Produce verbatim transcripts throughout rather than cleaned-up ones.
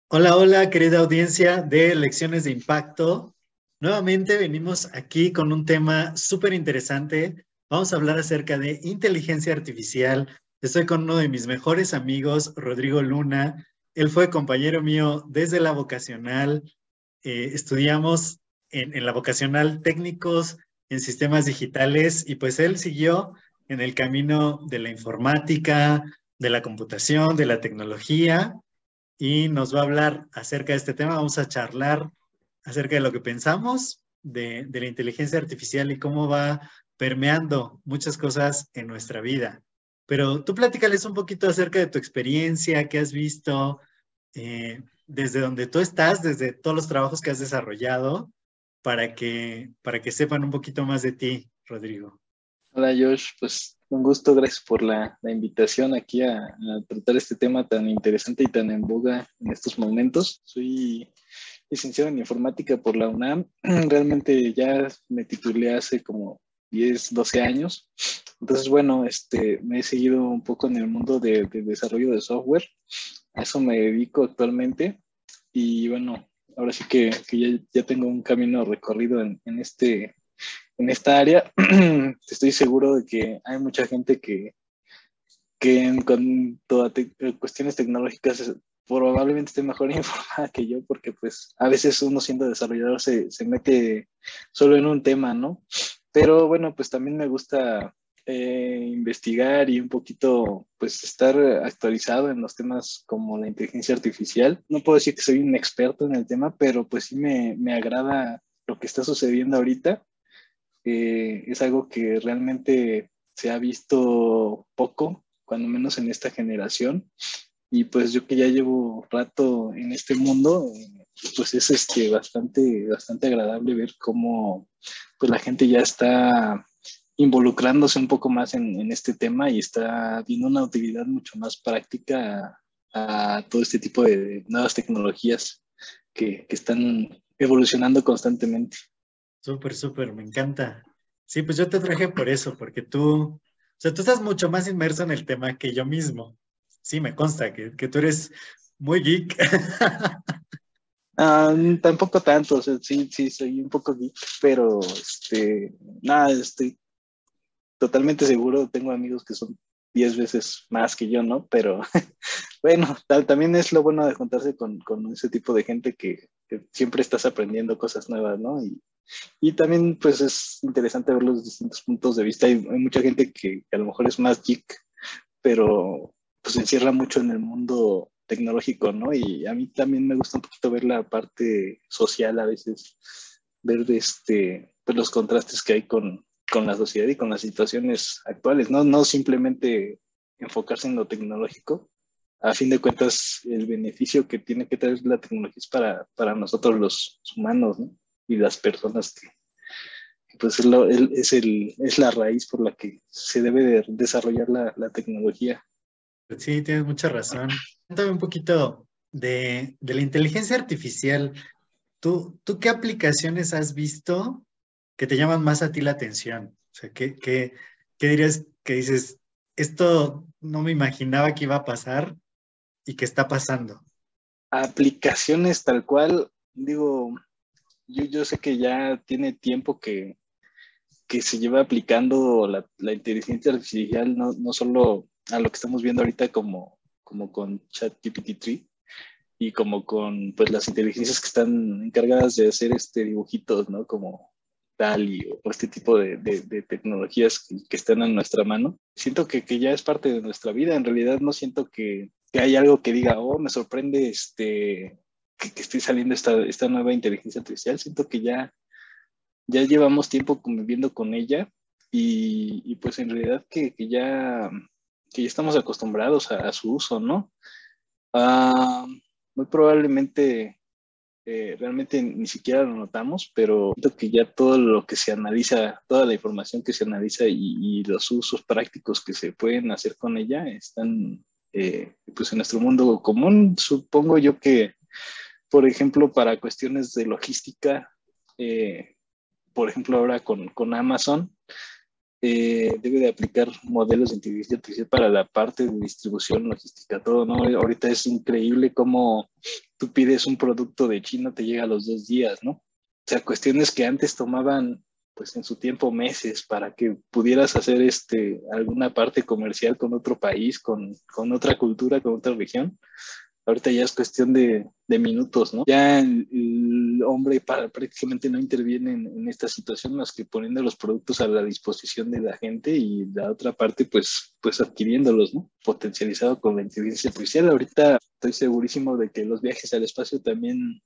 Hola, hola, querida audiencia de Lecciones de Impacto. Nuevamente venimos aquí con un tema súper interesante. Vamos a hablar acerca de inteligencia artificial. Estoy con uno de mis mejores amigos, Rodrigo Luna. Él fue compañero mío desde la vocacional. Eh, estudiamos en, en la vocacional técnicos en sistemas digitales y pues él siguió en el camino de la informática, de la computación, de la tecnología y nos va a hablar acerca de este tema. Vamos a charlar acerca de lo que pensamos de, de la inteligencia artificial y cómo va permeando muchas cosas en nuestra vida. Pero tú platícales un poquito acerca de tu experiencia, qué has visto, eh, desde donde tú estás, desde todos los trabajos que has desarrollado, para que, para que sepan un poquito más de ti, Rodrigo. Hola Josh, pues un gusto, gracias por la, la invitación aquí a, a tratar este tema tan interesante y tan en boga en estos momentos. Soy licenciado en informática por la UNAM. Realmente ya me titulé hace como diez, doce años. Entonces, bueno, este, me he seguido un poco en el mundo de, de desarrollo de software. A eso me dedico actualmente. Y bueno, ahora sí que, que ya, ya tengo un camino recorrido en, en este en esta área. Estoy seguro de que hay mucha gente que, que en cuanto a te cuestiones tecnológicas probablemente esté mejor informada que yo, porque pues a veces uno siendo desarrollador se, se mete solo en un tema, ¿no? Pero bueno, pues también me gusta eh, investigar y un poquito pues estar actualizado en los temas como la inteligencia artificial. No puedo decir que soy un experto en el tema, pero pues sí me, me agrada lo que está sucediendo ahorita. Eh, es algo que realmente se ha visto poco, cuando menos en esta generación. Y pues yo que ya llevo rato en este mundo, eh, pues es este, bastante, bastante agradable ver cómo pues la gente ya está involucrándose un poco más en, en este tema y está viendo una utilidad mucho más práctica a, a todo este tipo de nuevas tecnologías que, que están evolucionando constantemente. Súper, súper, me encanta. Sí, pues yo te traje por eso, porque tú, o sea, tú estás mucho más inmerso en el tema que yo mismo. Sí, me consta que, que tú eres muy geek. Ah, tampoco tanto, o sea, sí, sí, soy un poco geek, pero este, nada, estoy totalmente seguro, tengo amigos que son diez veces más que yo, ¿no? Pero bueno, tal, también es lo bueno de juntarse con, con ese tipo de gente que, que siempre estás aprendiendo cosas nuevas, ¿no? Y, y también pues es interesante ver los distintos puntos de vista. Hay, hay mucha gente que, que a lo mejor es más geek, pero pues se encierra mucho en el mundo tecnológico, ¿no? Y a mí también me gusta un poquito ver la parte social a veces, ver este, pues los contrastes que hay con, con la sociedad y con las situaciones actuales, ¿no? No simplemente enfocarse en lo tecnológico. A fin de cuentas, el beneficio que tiene que traer la tecnología es para, para nosotros los humanos, ¿no? Y las personas que, pues es, lo, es, el, es la raíz por la que se debe de desarrollar la, la tecnología. Sí, tienes mucha razón. Cuéntame un poquito de, de la inteligencia artificial. ¿Tú, tú qué aplicaciones has visto que te llaman más a ti la atención? O sea, ¿qué, qué, qué dirías que dices, esto no me imaginaba que iba a pasar y que está pasando? Aplicaciones tal cual, digo, yo, yo sé que ya tiene tiempo que, que se lleva aplicando la, la inteligencia artificial, no, no solo a lo que estamos viendo ahorita como, como con ChatGPT tres y como con pues las inteligencias que están encargadas de hacer este dibujitos, ¿no? Como DALL-E o este tipo de, de, de tecnologías que, que, están a nuestra mano. Siento que, que, ya es parte de nuestra vida. En realidad no siento que, que hay algo que diga, oh, me sorprende este, que, que esté saliendo esta, esta nueva inteligencia artificial. Siento que ya, ya llevamos tiempo conviviendo con ella y, y pues en realidad que, que, ya, que ya estamos acostumbrados a, a su uso, ¿no? Uh, muy probablemente eh, realmente ni siquiera lo notamos, pero siento que ya todo lo que se analiza, toda la información que se analiza y, y los usos prácticos que se pueden hacer con ella están eh, pues en nuestro mundo común. Supongo yo que, por ejemplo, para cuestiones de logística, eh, por ejemplo, ahora con, con Amazon, eh, debe de aplicar modelos de inteligencia artificial para la parte de distribución, logística, todo, ¿no? Ahorita es increíble cómo tú pides un producto de China, te llega a los dos días, ¿no? O sea, cuestiones que antes tomaban, pues en su tiempo, meses para que pudieras hacer este, alguna parte comercial con otro país, con, con otra cultura, con otra región. Ahorita ya es cuestión de, de minutos, ¿no? Ya el, el hombre para, prácticamente no interviene en, en esta situación más que poniendo los productos a la disposición de la gente y la otra parte, pues, pues adquiriéndolos, ¿no? Potencializado con la inteligencia artificial. Ahorita estoy segurísimo de que los viajes al espacio también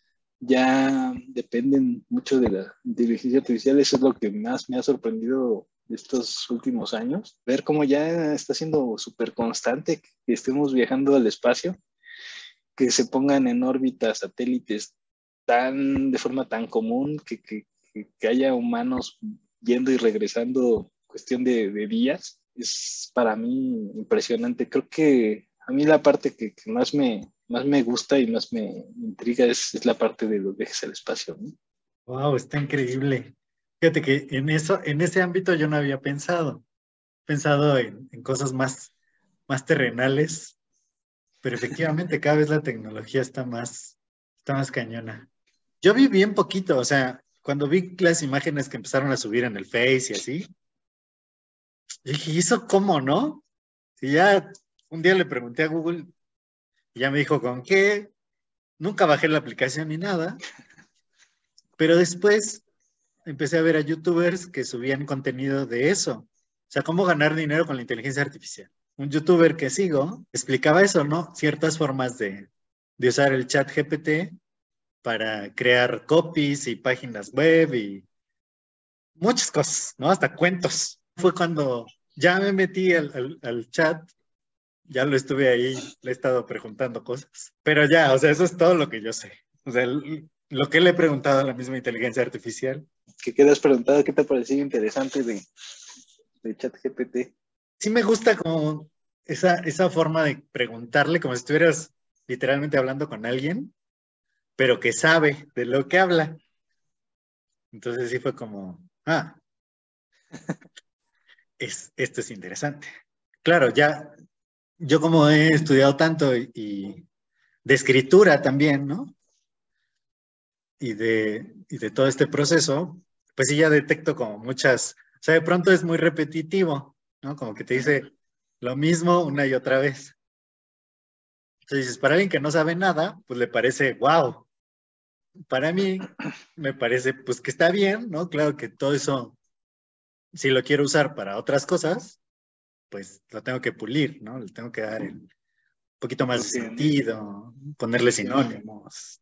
ya dependen mucho de la inteligencia artificial. Eso es lo que más me ha sorprendido estos últimos años. Ver cómo ya está siendo súper constante que estemos viajando al espacio, que se pongan en órbita satélites tan, de forma tan común, que, que, que haya humanos yendo y regresando cuestión de, de días, es para mí impresionante. Creo que a mí la parte que, que más, me, más me gusta y más me intriga es, es la parte de los viajes al espacio, ¿no? Wow, está increíble. Fíjate que en eso, en ese ámbito yo no había pensado. He pensado en, en cosas más, más terrenales, pero efectivamente cada vez la tecnología está más, está más cañona. Yo vi bien poquito, o sea, cuando vi las imágenes que empezaron a subir en el Face y así, yo dije, ¿y eso cómo, no? Y ya un día le pregunté a Google y ya me dijo con qué. Nunca bajé la aplicación ni nada, pero después empecé a ver a YouTubers que subían contenido de eso. O sea, cómo ganar dinero con la inteligencia artificial. Un YouTuber que sigo explicaba eso, ¿no? Ciertas formas de, de usar el chat G P T para crear copies y páginas web y muchas cosas, ¿no? Hasta cuentos. Fue cuando ya me metí al, al, al chat, ya lo estuve ahí, le he estado preguntando cosas. Pero ya, o sea, eso es todo lo que yo sé. O sea, el- lo que le he preguntado a la misma inteligencia artificial. ¿Qué quedas preguntado? ¿Qué te ha parecido interesante de, de ChatGPT? Sí me gusta como esa, esa forma de preguntarle, como si estuvieras literalmente hablando con alguien, pero que sabe de lo que habla. Entonces sí fue como, ah, es, esto es interesante. Claro, ya yo como he estudiado tanto y, y de escritura también, ¿no? Y de, y de todo este proceso, pues sí ya detecto como muchas, o sea, de pronto es muy repetitivo, ¿no? Como que te Ajá. dice lo mismo una y otra vez. Entonces dices, para alguien que no sabe nada, pues le parece, wow. Para mí me parece, pues que está bien, ¿no? Claro que todo eso, si lo quiero usar para otras cosas, pues lo tengo que pulir, ¿no? Le tengo que dar el, un poquito Un más de toque, ¿no? sentido, ponerle Sí. sinónimos.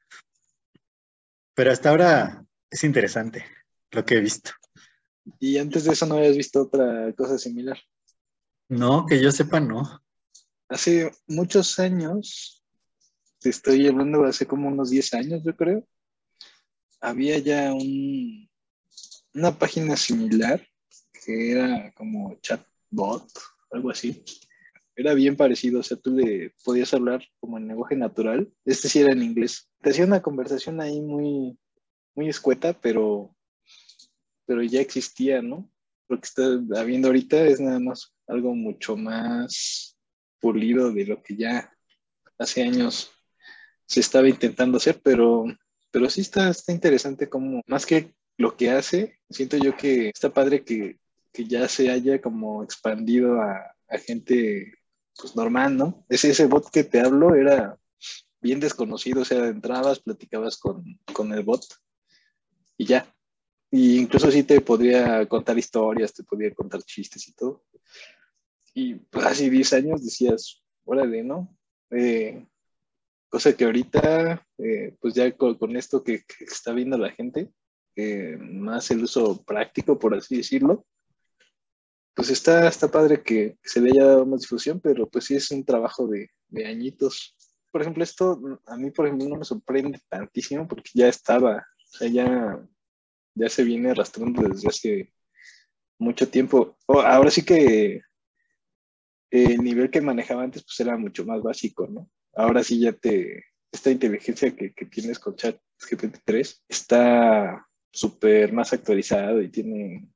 Pero hasta ahora es interesante lo que he visto. Y antes de eso no habías visto otra cosa similar. No, que yo sepa, no. Hace muchos años, te estoy hablando hace como unos diez años, yo creo, había ya un, una página similar que era como chatbot, algo así. Era bien parecido, o sea, tú le podías hablar como en lenguaje natural. Este sí era en inglés. Te hacía una conversación ahí muy, muy escueta, pero, pero ya existía, ¿no? Lo que está habiendo ahorita es nada más algo mucho más pulido de lo que ya hace años se estaba intentando hacer, pero, pero sí está, está interesante como, más que lo que hace, siento yo que está padre que, que ya se haya como expandido a, a gente pues normal, ¿no? Ese, ese bot que te hablo era bien desconocido, o sea, entrabas, platicabas con, con el bot y ya. Y incluso sí te podría contar historias, te podría contar chistes y todo. Y pues hace diez años decías, órale, ¿no? Eh, Cosa que ahorita, eh, pues ya con, con esto que, que está viendo la gente, eh, más el uso práctico, por así decirlo, pues está, está padre que, que se le haya dado más difusión, pero pues sí es un trabajo de, de añitos. Por ejemplo, esto a mí, por ejemplo, no me sorprende tantísimo porque ya estaba, o sea, ya, ya se viene arrastrando desde hace mucho tiempo. Oh, ahora sí que el nivel que manejaba antes pues era mucho más básico, ¿no? Ahora sí ya te, esta inteligencia que, que tienes con ChatGPT tres está súper más actualizado y tiene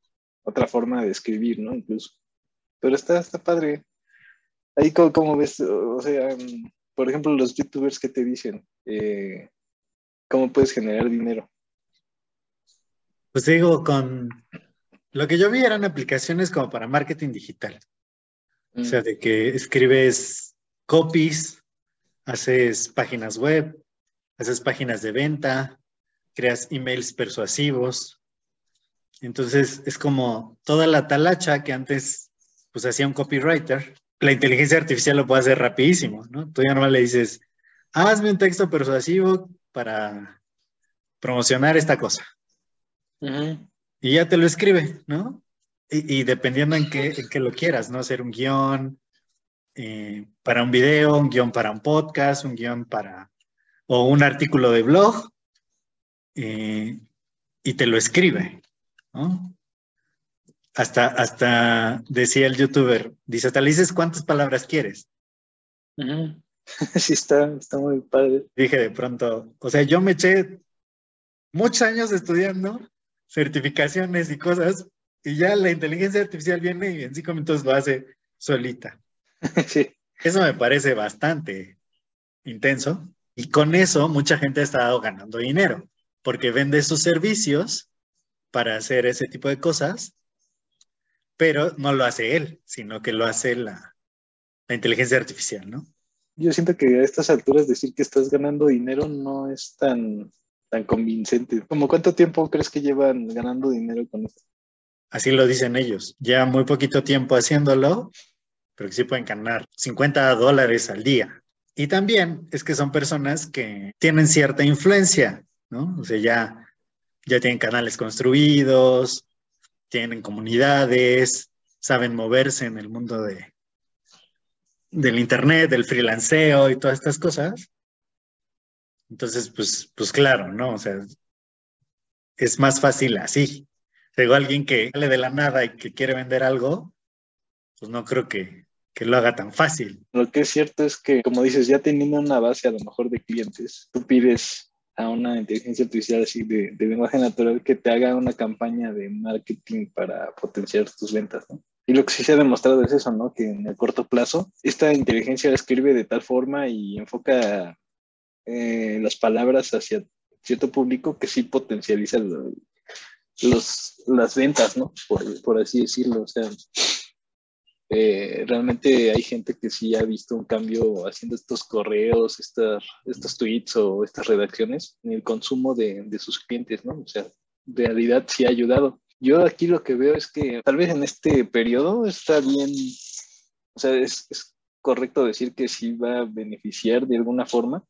otra forma de escribir, ¿no? Incluso. Pero está, está padre. Ahí como, como ves, o sea, um, por ejemplo, los youtubers que te dicen, eh, ¿cómo puedes generar dinero? Pues digo, con lo que yo vi eran aplicaciones como para marketing digital. O sea, Mm, de que escribes copies, haces páginas web, haces páginas de venta, creas emails persuasivos. Entonces es como toda la talacha que antes pues hacía un copywriter. La inteligencia artificial lo puede hacer rapidísimo, ¿no? Tú ya no le dices, hazme un texto persuasivo para promocionar esta cosa. ujú. Y ya te lo escribe, ¿no? Y, y dependiendo en qué, en qué lo quieras, ¿no? Hacer un guión eh, para un video, un guión para un podcast, un guión para, o un artículo de blog, eh, y te lo escribe, ¿no? Hasta, hasta decía el youtuber, dice, hasta le dices cuántas palabras quieres. Ujú. Sí, está, está muy padre. Dije de pronto, o sea, yo me eché muchos años estudiando certificaciones y cosas, y ya la inteligencia artificial viene y en cinco minutos lo hace solita. Sí. Eso me parece bastante intenso, y con eso mucha gente ha estado ganando dinero, porque vende sus servicios para hacer ese tipo de cosas, pero no lo hace él, sino que lo hace la, la inteligencia artificial, ¿no? Yo siento que a estas alturas decir que estás ganando dinero no es tan, tan convincente. ¿Cómo cuánto tiempo crees que llevan ganando dinero con esto? Así lo dicen ellos. Ya muy poquito tiempo haciéndolo, pero que sí pueden ganar cincuenta dólares al día. Y también es que son personas que tienen cierta influencia, ¿no? O sea, ya, ya tienen canales construidos, tienen comunidades, saben moverse en el mundo de, del internet, del freelanceo y todas estas cosas. Entonces, pues, pues claro, ¿no? O sea, es más fácil así. Luego alguien que sale de la nada y que quiere vender algo, pues no creo que, que lo haga tan fácil. Lo que es cierto es que, como dices, ya teniendo una base a lo mejor de clientes, tú pides a una inteligencia artificial así de, de lenguaje natural que te haga una campaña de marketing para potenciar tus ventas, ¿no? Y lo que sí se ha demostrado es eso, ¿no? Que en el corto plazo, esta inteligencia escribe de tal forma y enfoca eh, las palabras hacia cierto público que sí potencializa lo- los, las ventas, ¿no? Por, por así decirlo. O sea, eh, realmente hay gente que sí ha visto un cambio haciendo estos correos, estas, estos tweets o estas redacciones en el consumo de, de sus clientes, ¿no? O sea, en realidad sí ha ayudado. Yo aquí lo que veo es que tal vez en este periodo está bien, o sea, es, es correcto decir que sí va a beneficiar de alguna forma,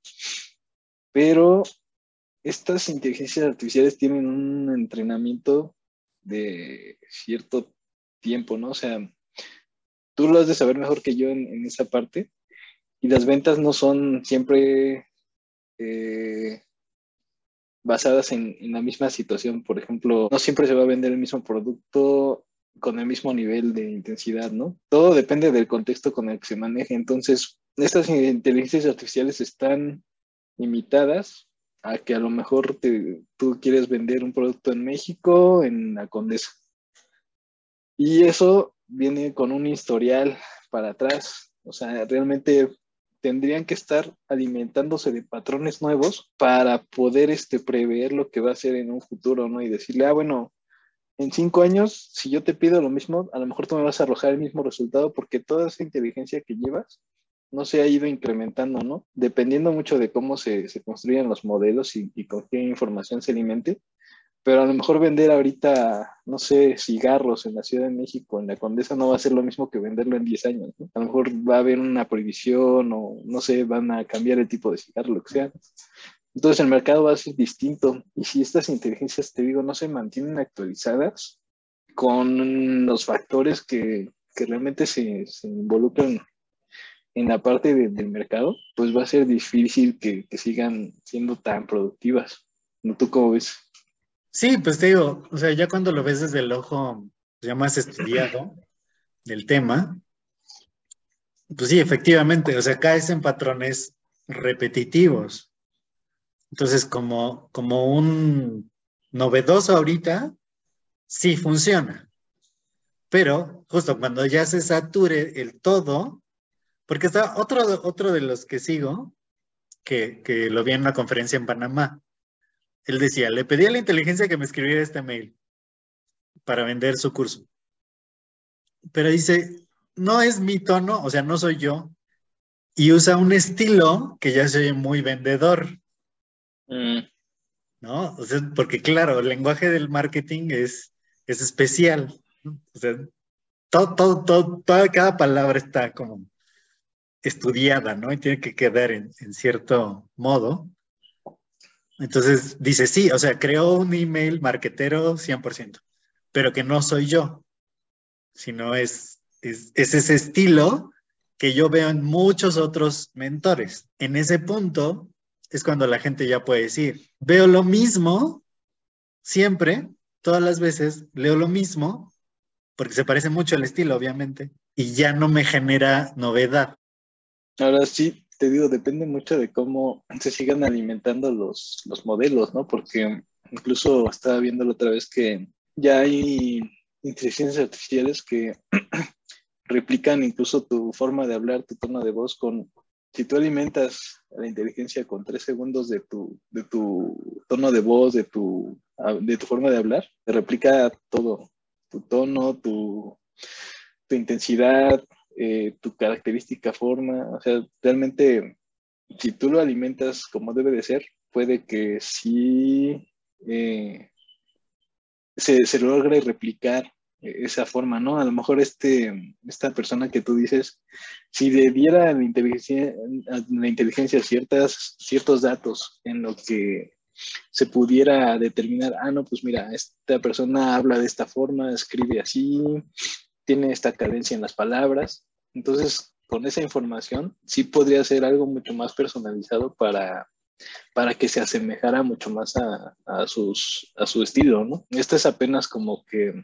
pero estas inteligencias artificiales tienen un entrenamiento de cierto tiempo, ¿no? O sea, tú lo has de saber mejor que yo en, en esa parte, y las ventas no son siempre eh, basadas en, en la misma situación. Por ejemplo, no siempre se va a vender el mismo producto con el mismo nivel de intensidad, ¿no? Todo depende del contexto con el que se maneje. Entonces, estas inteligencias artificiales están limitadas a que a lo mejor te, tú quieres vender un producto en México, en la Condesa. Y eso viene con un historial para atrás. O sea, realmente tendrían que estar alimentándose de patrones nuevos para poder este, prever lo que va a ser en un futuro, ¿no? Y decirle, ah, bueno, en cinco años, si yo te pido lo mismo, a lo mejor tú me vas a arrojar el mismo resultado porque toda esa inteligencia que llevas no se ha ido incrementando, ¿no? Dependiendo mucho de cómo se, se construyan los modelos y, y con qué información se alimente, pero a lo mejor vender ahorita, no sé, cigarros en la Ciudad de México, en la Condesa, no va a ser lo mismo que venderlo en diez años, ¿no? A lo mejor va a haber una prohibición o, no sé, van a cambiar el tipo de cigarro, lo que sea. Entonces el mercado va a ser distinto. Y si estas inteligencias, te digo, no se mantienen actualizadas con los factores que, que realmente se, se involucran en la parte de, del mercado, pues va a ser difícil que, que sigan siendo tan productivas. ¿No? ¿Tú cómo ves? Sí, pues te digo, o sea, ya cuando lo ves desde el ojo ya más estudiado del tema, pues sí, efectivamente, o sea, caes en patrones repetitivos. Entonces, como, como un novedoso ahorita, sí funciona. Pero justo cuando ya se sature el todo, porque está otro, otro de los que sigo, que, que lo vi en una conferencia en Panamá. Él decía, le pedí a la inteligencia que me escribiera este mail para vender su curso. Pero dice, no es mi tono, o sea, no soy yo. Y usa un estilo que ya se oye muy vendedor, Mm, ¿no? O sea, porque claro, el lenguaje del marketing es, es especial, ¿no? O sea, todo, todo, todo, toda, cada palabra está como estudiada, ¿no? Y tiene que quedar en, en cierto modo. Entonces dice, sí, o sea, creó un email marketero cien por ciento, pero que no soy yo, sino es, es, es ese estilo que yo veo en muchos otros mentores. En ese punto es cuando la gente ya puede decir, veo lo mismo siempre, todas las veces, leo lo mismo, porque se parece mucho al estilo, obviamente, y ya no me genera novedad. Ahora sí, te digo, depende mucho de cómo se sigan alimentando los, los modelos, ¿no? Porque incluso estaba viendo la otra vez que ya hay inteligencias artificiales que replican incluso tu forma de hablar, tu tono de voz con... Si tú alimentas a la inteligencia con tres segundos de tu, de tu tono de voz, de tu, de tu forma de hablar, te replica todo, tu tono, tu, tu intensidad, eh, tu característica forma, o sea, realmente si tú lo alimentas como debe de ser, puede que sí eh, se, se logre replicar esa forma, ¿no? A lo mejor este, esta persona que tú dices, si le diera a la inteligencia, a la inteligencia ciertas, ciertos datos en lo que se pudiera determinar, ah, no, pues mira, esta persona habla de esta forma, escribe así, tiene esta cadencia en las palabras. Entonces, con esa información, sí podría ser algo mucho más personalizado para, para que se asemejara mucho más a, a, sus, a su estilo, ¿no? Este es apenas como que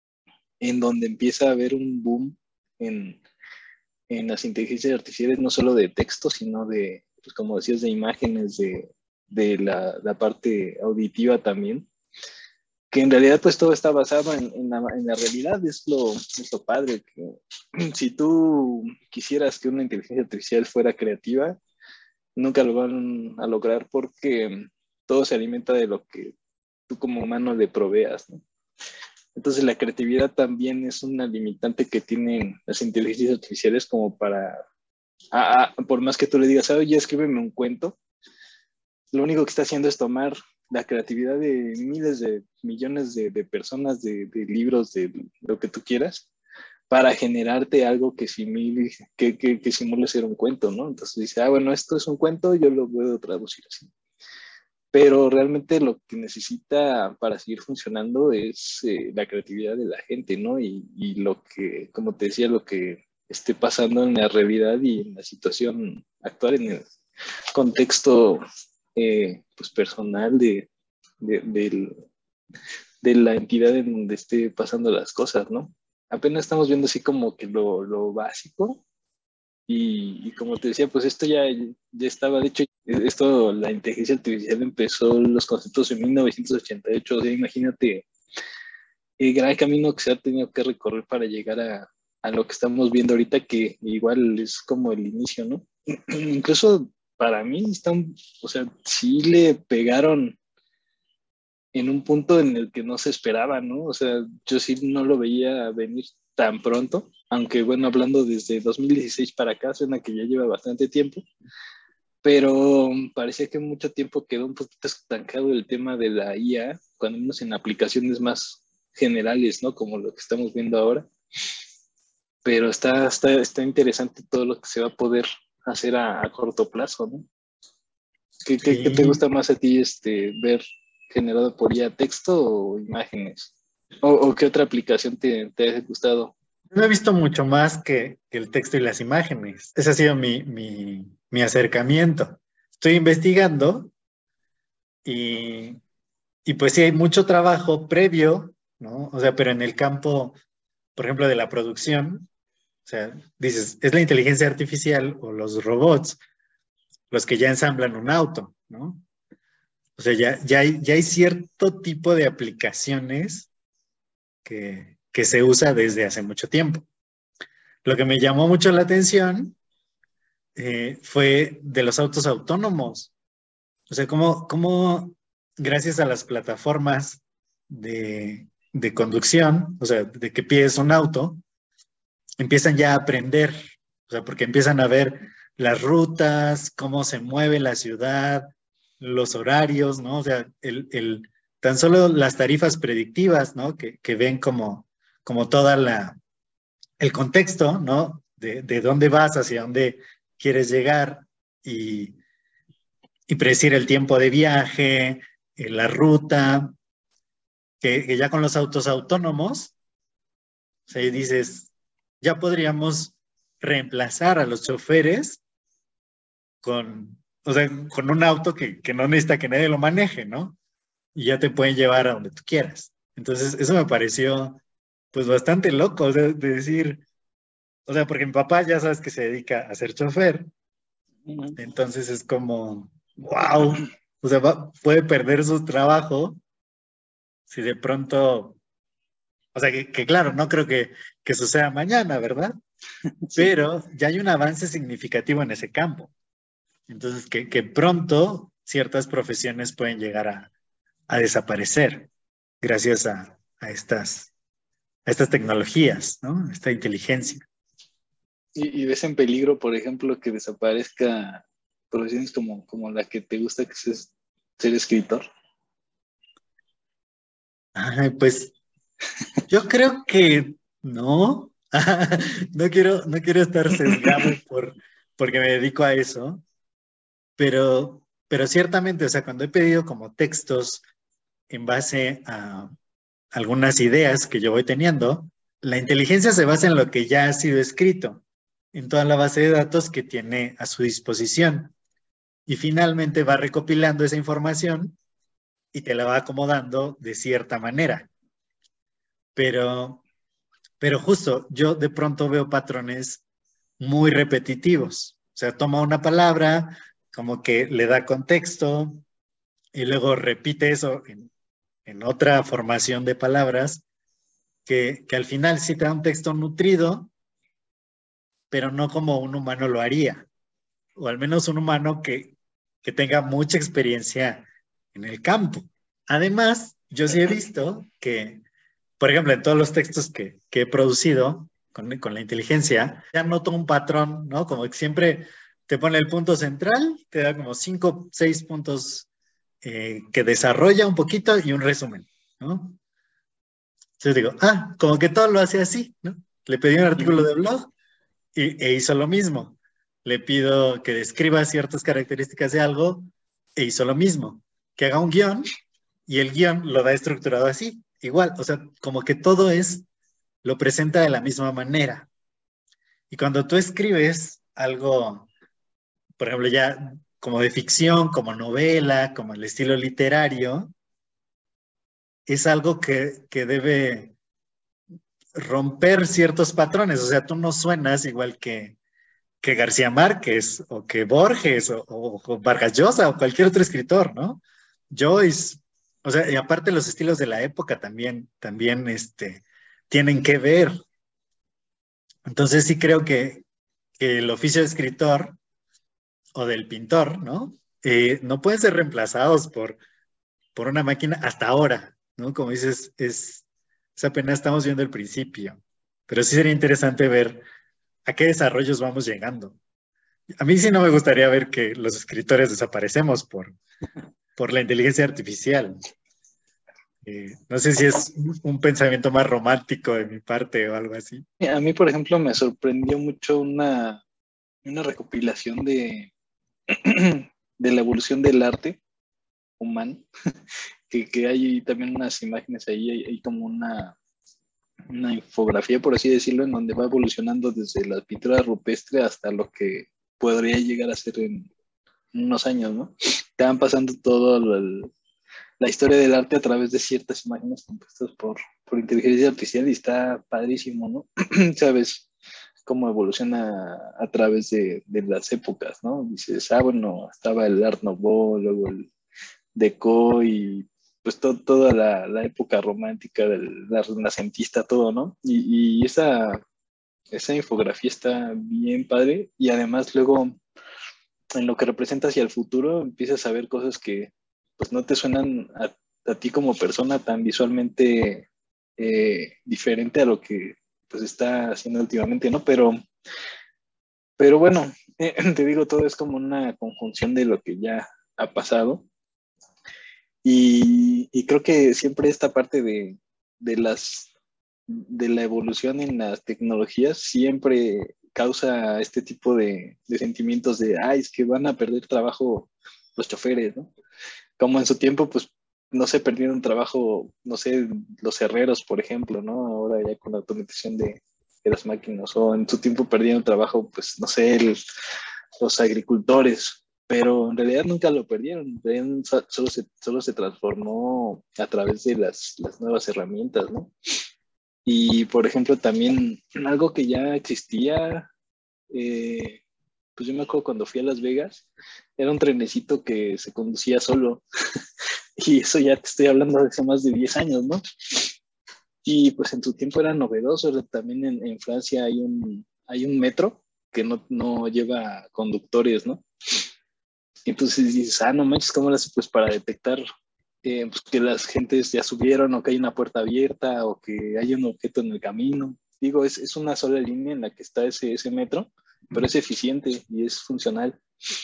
en donde empieza a haber un boom en, en las inteligencias artificiales, no solo de texto, sino de, pues como decías, de imágenes, de, de la, la parte auditiva también, que en realidad pues todo está basado en, en, la, en la realidad, es lo, es lo padre, que si tú quisieras que una inteligencia artificial fuera creativa, nunca lo van a lograr porque todo se alimenta de lo que tú como humano le proveas, ¿no? Entonces la creatividad también es una limitante que tienen las inteligencias artificiales como para, a, a, por más que tú le digas, oye, escríbeme un cuento, lo único que está haciendo es tomar la creatividad de miles de millones de, de personas, de, de libros, de lo que tú quieras, para generarte algo que simule, que, que, que simule ser un cuento, ¿no? Entonces dice, ah, bueno, esto es un cuento, yo lo puedo traducir así. Pero realmente lo que necesita para seguir funcionando es eh, la creatividad de la gente, ¿no? Y, y lo que, como te decía, lo que esté pasando en la realidad y en la situación actual, en el contexto eh, pues personal de, de, de, de la entidad en donde esté pasando las cosas, ¿no? Apenas estamos viendo así como que lo, lo básico y, y, como te decía, pues esto ya, ya estaba, de hecho, esto, la inteligencia artificial empezó los conceptos en mil novecientos ochenta y ocho, o sea, imagínate el gran camino que se ha tenido que recorrer para llegar a, a lo que estamos viendo ahorita, que igual es como el inicio, ¿no? Incluso para mí están, o sea, sí le pegaron en un punto en el que no se esperaba, ¿no? O sea, yo sí no lo veía venir tan pronto, aunque bueno, hablando desde dos mil dieciséis para acá, suena que ya lleva bastante tiempo, pero parecía que mucho tiempo quedó un poquito estancado el tema de la I A, cuando menos en aplicaciones más generales, ¿no? Como lo que estamos viendo ahora. Pero está, está, está interesante todo lo que se va a poder hacer a, a corto plazo, ¿no? ¿Qué, qué, qué te Sí. gusta más a ti este, ver generado por I A, texto o imágenes? ¿O, o qué otra aplicación te, te ha gustado? No he visto mucho más que, que el texto y las imágenes. Ese ha sido mi, mi, mi acercamiento. Estoy investigando y, y pues sí hay mucho trabajo previo, ¿no? O sea, pero en el campo, por ejemplo, de la producción, o sea, dices, es la inteligencia artificial o los robots los que ya ensamblan un auto, ¿no? O sea, ya, ya, hay, ya hay cierto tipo de aplicaciones que, que se usa desde hace mucho tiempo. Lo que me llamó mucho la atención eh, fue de los autos autónomos. O sea, cómo, cómo gracias a las plataformas de, de conducción, o sea, de que pides un auto, empiezan ya a aprender, o sea, porque empiezan a ver las rutas, cómo se mueve la ciudad, los horarios, ¿no? O sea, el, el, tan solo las tarifas predictivas, ¿no? Que, que ven como, como toda la, el contexto, ¿no? De, de dónde vas, hacia dónde quieres llegar y, y predecir el tiempo de viaje, eh, la ruta, que, que ya con los autos autónomos, o sea, dices, ya podríamos reemplazar a los choferes con, o sea, con un auto que, que no necesita que nadie lo maneje, ¿no? Y ya te pueden llevar a donde tú quieras. Entonces, eso me pareció, pues, bastante loco, o sea, de decir, o sea, porque mi papá ya sabes que se dedica a ser chofer, Ujú. entonces es como, wow, o sea, va- puede perder su trabajo si de pronto, o sea, que, que claro, no creo que, que suceda mañana, ¿verdad? Sí. Pero ya hay un avance significativo en ese campo. Entonces, que, que pronto ciertas profesiones pueden llegar a, a desaparecer gracias a, a estas, a estas tecnologías, ¿no? Esta inteligencia. Y, y ves en peligro, por ejemplo, que desaparezca profesiones como, como la que te gusta, que es ser escritor. Ay, pues yo creo que no. No quiero, no quiero estar sesgado por, porque me dedico a eso, pero, pero ciertamente, o sea, cuando he pedido como textos en base a algunas ideas que yo voy teniendo, la inteligencia se basa en lo que ya ha sido escrito, en toda la base de datos que tiene a su disposición. Y finalmente va recopilando esa información y te la va acomodando de cierta manera. Pero, pero justo yo de pronto veo patrones muy repetitivos. O sea, toma una palabra, como que le da contexto y luego repite eso en, en otra formación de palabras que, que al final sí te da un texto nutrido, pero no como un humano lo haría, o al menos un humano que, que tenga mucha experiencia en el campo. Además, yo sí he visto que, por ejemplo, en todos los textos que, que he producido con, con la inteligencia, ya noto un patrón, ¿no? Como que siempre te pone el punto central, te da como cinco, seis puntos eh, que desarrolla un poquito y un resumen, ¿no? Entonces digo, ah, como que todo lo hace así, ¿no? Le pedí un artículo Ujú. de blog y, e hizo lo mismo. Le pido que describa ciertas características de algo e hizo lo mismo. Que haga un guión y el guión lo da estructurado así, igual. O sea, como que todo es, lo presenta de la misma manera. Y cuando tú escribes algo, por ejemplo, ya como de ficción, como novela, como el estilo literario, es algo que, que debe romper ciertos patrones. O sea, tú no suenas igual que, que García Márquez o que Borges o, o, o Vargas Llosa o cualquier otro escritor, ¿no? Joyce, o sea, y aparte los estilos de la época también, también este, tienen que ver. Entonces sí creo que, que el oficio de escritor o del pintor, ¿no? Eh, no pueden ser reemplazados por, por una máquina hasta ahora, ¿no? Como dices, es, es apenas estamos viendo el principio, pero sí sería interesante ver a qué desarrollos vamos llegando. A mí sí no me gustaría ver que los escritores desaparecemos por, por la inteligencia artificial. Eh, no sé si es un pensamiento más romántico de mi parte o algo así. A mí, por ejemplo, me sorprendió mucho una, una recopilación de, de la evolución del arte humano, que, que hay también unas imágenes ahí, hay, hay como una, una infografía, por así decirlo, en donde va evolucionando desde la pintura rupestre hasta lo que podría llegar a ser en unos años, ¿no? Te van pasando todo el, la historia del arte a través de ciertas imágenes compuestas por, por inteligencia artificial y está padrísimo, ¿no? Sabes cómo evoluciona a través de, de las épocas, ¿no? Dices, ah, bueno, estaba el Art Nouveau, luego el Deco y pues to, toda la, la época romántica, del, la renacentista, todo, ¿no? Y, y esa, esa infografía está bien padre y además luego en lo que representa hacia el futuro empiezas a ver cosas que pues no te suenan a, a ti como persona tan visualmente eh, diferente a lo que pues está haciendo últimamente, ¿no? Pero, pero bueno, eh, te digo, todo es como una conjunción de lo que ya ha pasado y, y creo que siempre esta parte de, de las de la evolución en las tecnologías siempre causa este tipo de, de sentimientos de, ay, es que van a perder trabajo los choferes, ¿no? Como en su tiempo, pues, no sé, perdieron trabajo, no sé, los herreros, por ejemplo, ¿no? Ahora ya con la automatización de, de las máquinas, o en su tiempo perdieron trabajo, pues, no sé, el, los agricultores, pero en realidad nunca lo perdieron, solo se, solo se transformó a través de las, las nuevas herramientas, ¿no? Y, por ejemplo, también algo que ya existía, eh, pues yo me acuerdo cuando fui a Las Vegas, era un trenecito que se conducía solo. Y eso ya te estoy hablando de hace más de diez años, ¿no? Y pues en su tiempo era novedoso. También en, en Francia hay un, hay un metro que no, no lleva conductores, ¿no? Y entonces dices, ah, no manches, ¿cómo lo haces? Pues para detectar eh, pues que las gentes ya subieron o que hay una puerta abierta o que hay un objeto en el camino. Digo, es, es una sola línea en la que está ese, ese metro, pero es eficiente y es funcional.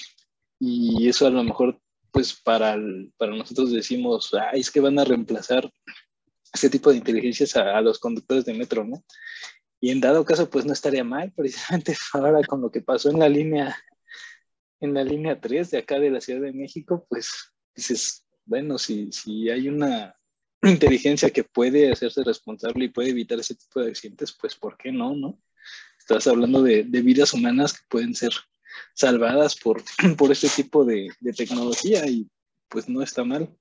Y eso a lo mejor, pues para, el, para nosotros decimos, ay, es que van a reemplazar este tipo de inteligencias a, a los conductores de metro, ¿no? Y en dado caso, pues no estaría mal, precisamente ahora con lo que pasó en la línea, en la línea tres de acá de la Ciudad de México, pues dices, bueno, si, si hay una inteligencia que puede hacerse responsable y puede evitar ese tipo de accidentes, pues ¿por qué no, no? Estás hablando de, de vidas humanas que pueden ser salvadas por, por este tipo de, de tecnología y pues no está mal.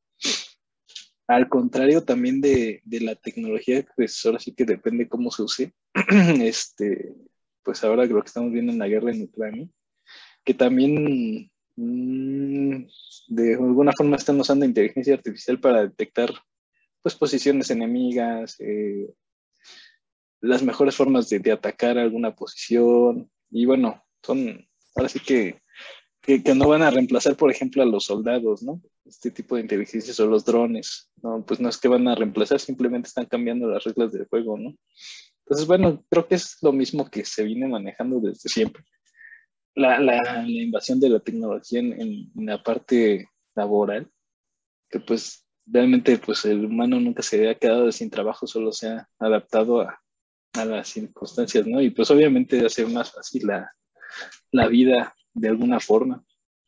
Al contrario también de, de la tecnología, pues ahora sí que depende cómo se use. este, pues ahora lo que estamos viendo en la guerra en Ucrania, que también mmm, de alguna forma están usando inteligencia artificial para detectar pues posiciones enemigas, eh, las mejores formas de, de atacar alguna posición y bueno, son ahora sí que, que, que no van a reemplazar por ejemplo a los soldados, ¿no? Este tipo de inteligencias o los drones, ¿no? Pues no es que van a reemplazar, simplemente están cambiando las reglas del juego, ¿no? Entonces, bueno, creo que es lo mismo que se viene manejando desde siempre. La, la, la invasión de la tecnología en, en, en la parte laboral, que pues realmente pues el humano nunca se ha quedado sin trabajo, solo se ha adaptado a, a las circunstancias, ¿no? Y pues obviamente hace más fácil la, la vida de alguna forma.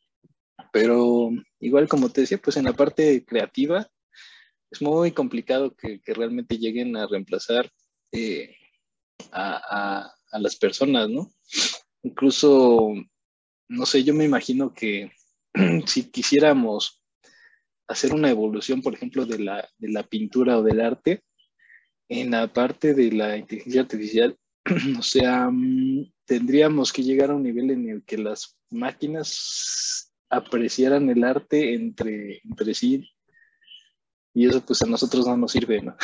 Pero igual como te decía, pues en la parte creativa es muy complicado que, que realmente lleguen a reemplazar eh, a, a, a las personas, ¿no? Incluso, no sé, yo me imagino que si quisiéramos hacer una evolución, por ejemplo, de la, de la pintura o del arte, en la parte de la inteligencia artificial, o sea, tendríamos que llegar a un nivel en el que las máquinas apreciaran el arte entre, entre sí y eso pues a nosotros no nos sirve, ¿no?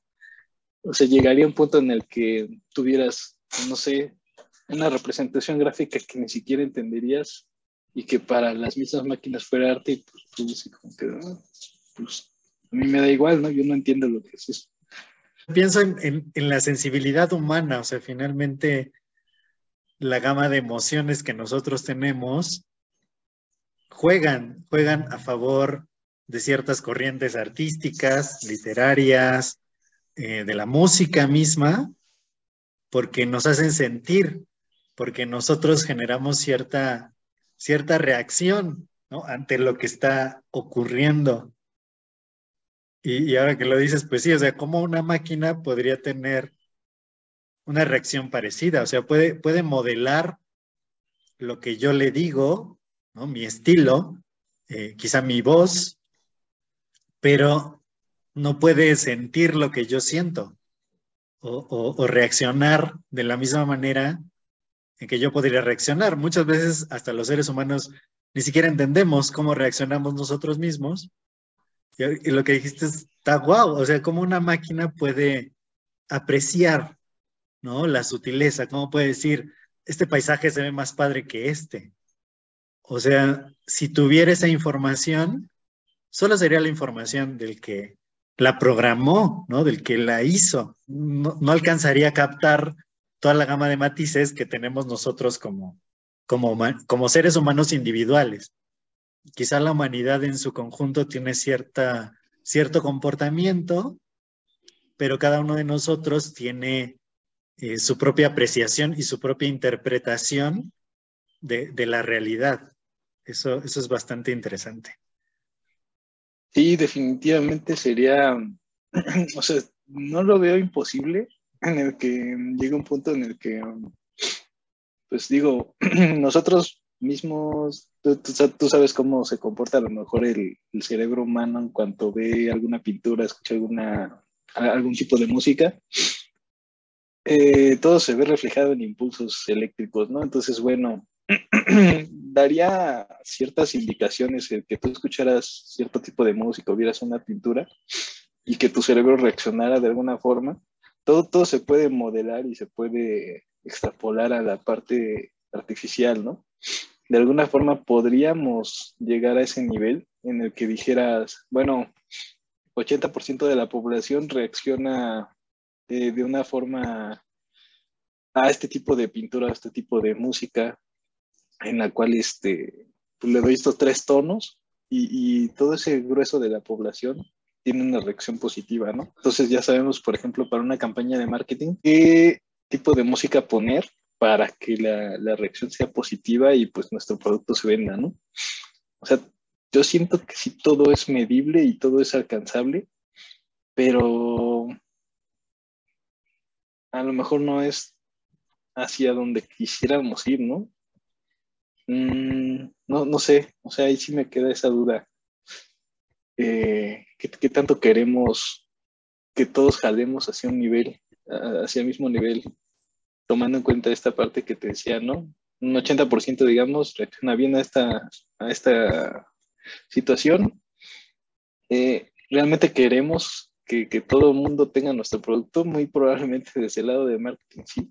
O sea, llegaría un punto en el que tuvieras, no sé, una representación gráfica que ni siquiera entenderías y que para las mismas máquinas fuera arte y pues tú así como que, ah, pues a mí me da igual, ¿no? Yo no entiendo lo que es eso. Pienso en, en, en la sensibilidad humana, o sea, finalmente la gama de emociones que nosotros tenemos juegan, juegan a favor de ciertas corrientes artísticas, literarias, eh, de la música misma, porque nos hacen sentir, porque nosotros generamos cierta, cierta reacción, ¿no? Ante lo que está ocurriendo. Y, y ahora que lo dices, pues sí, o sea, ¿cómo una máquina podría tener una reacción parecida? O sea, puede, puede modelar lo que yo le digo, ¿no? Mi estilo, eh, quizá mi voz, pero no puede sentir lo que yo siento o, o, o reaccionar de la misma manera en que yo podría reaccionar. Muchas veces hasta los seres humanos ni siquiera entendemos cómo reaccionamos nosotros mismos Y, y lo que dijiste está guau, o sea, cómo una máquina puede apreciar, ¿no? La sutileza, cómo puede decir, este paisaje se ve más padre que este. O sea, si tuviera esa información, solo sería la información del que la programó, ¿no? Del que la hizo. No, no alcanzaría a captar toda la gama de matices que tenemos nosotros como, como, como seres humanos individuales. Quizá la humanidad en su conjunto tiene cierta, cierto comportamiento, pero cada uno de nosotros tiene eh, su propia apreciación y su propia interpretación de, de la realidad. Eso, eso es bastante interesante. Sí, definitivamente sería, o sea, no lo veo imposible en el que llegue un punto en el que, pues digo, nosotros mismos, tú, tú, tú sabes cómo se comporta a lo mejor el, el cerebro humano en cuanto ve alguna pintura, escucha alguna, algún tipo de música. Eh, todo se ve reflejado en impulsos eléctricos, ¿no? Entonces, bueno, daría ciertas indicaciones el que tú escucharas cierto tipo de música o vieras una pintura y que tu cerebro reaccionara de alguna forma. Todo, todo se puede modelar y se puede extrapolar a la parte artificial, ¿no? De alguna forma podríamos llegar a ese nivel en el que dijeras, bueno, ochenta por ciento de la población reacciona eh, de una forma a este tipo de pintura, a este tipo de música, en la cual este, pues le doy estos tres tonos y, y todo ese grueso de la población tiene una reacción positiva, ¿no? Entonces ya sabemos, por ejemplo, para una campaña de marketing, qué tipo de música poner para que la, la reacción sea positiva y pues nuestro producto se venda, ¿no? O sea, yo siento que sí todo es medible y todo es alcanzable, pero a lo mejor no es hacia donde quisiéramos ir, ¿no? Mm, no, no sé, o sea, ahí sí me queda esa duda. Eh, ¿qué, ¿Qué tanto queremos que todos jalemos hacia un nivel, hacia el mismo nivel, tomando en cuenta esta parte que te decía, ¿no? Un ochenta por ciento, digamos, reacciona bien a esta, a esta situación. Eh, ¿realmente queremos que, que todo el mundo tenga nuestro producto? Muy probablemente desde el lado de marketing, sí,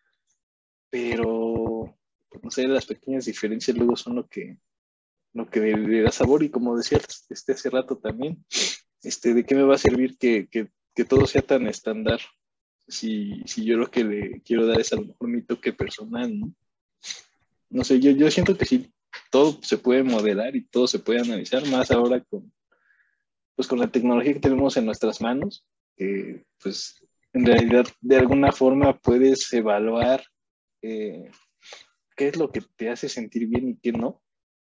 pero no sé, las pequeñas diferencias luego son lo que, lo que le da sabor y como decía este hace rato también, este, ¿de qué me va a servir que, que, que todo sea tan estándar si, si yo lo que le quiero dar es a lo mejor mi toque personal, ¿no? No sé, yo, yo siento que sí, todo se puede modelar y todo se puede analizar, más ahora con, pues con la tecnología que tenemos en nuestras manos, que pues en realidad de alguna forma puedes evaluar eh, qué es lo que te hace sentir bien y qué no.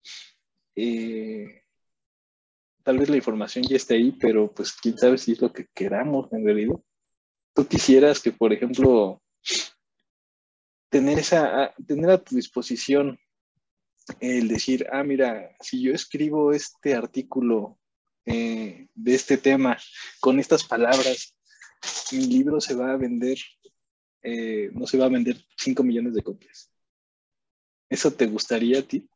Eh, Tal vez la información ya está ahí, pero pues quién sabe si es lo que queramos en realidad. Tú quisieras que, por ejemplo, tener esa, tener a tu disposición el decir, ah, mira, si yo escribo este artículo eh, de este tema con estas palabras, mi libro se va a vender, eh, no se va a vender cinco millones de copias. ¿Eso te gustaría a ti?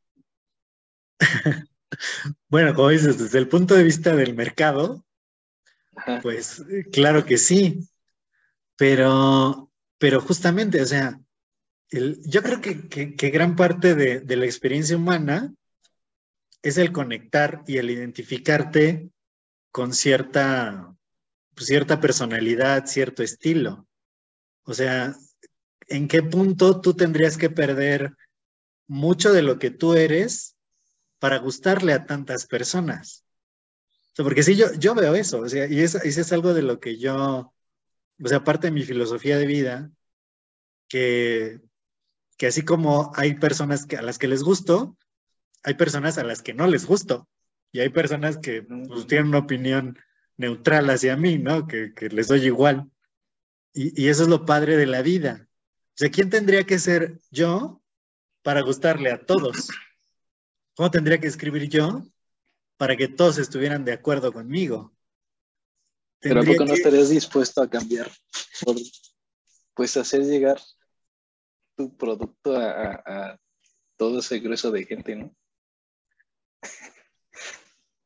Bueno, como dices, desde el punto de vista del mercado, Ajá. pues eh, claro que sí, pero, pero justamente, o sea, el, yo creo que, que, que gran parte de, de la experiencia humana es el conectar y el identificarte con cierta, pues, cierta personalidad, cierto estilo. O sea, ¿en qué punto tú tendrías que perder mucho de lo que tú eres para gustarle a tantas personas? O sea, porque sí, yo, yo veo eso, o sea, y eso, eso es algo de lo que yo, o sea, parte de mi filosofía de vida, que, que así como hay personas que, a las que les gusto, hay personas a las que no les gusto, y hay personas que pues, tienen una opinión neutral hacia mí, ¿no? Que, que les doy igual. Y, y eso es lo padre de la vida. O sea, ¿quién tendría que ser yo para gustarle a todos? ¿Cómo tendría que escribir yo para que todos estuvieran de acuerdo conmigo? Pero ¿a Tendría poco no que, estarías dispuesto a cambiar por, pues, hacer llegar tu producto a, a, a todo ese grueso de gente, ¿no?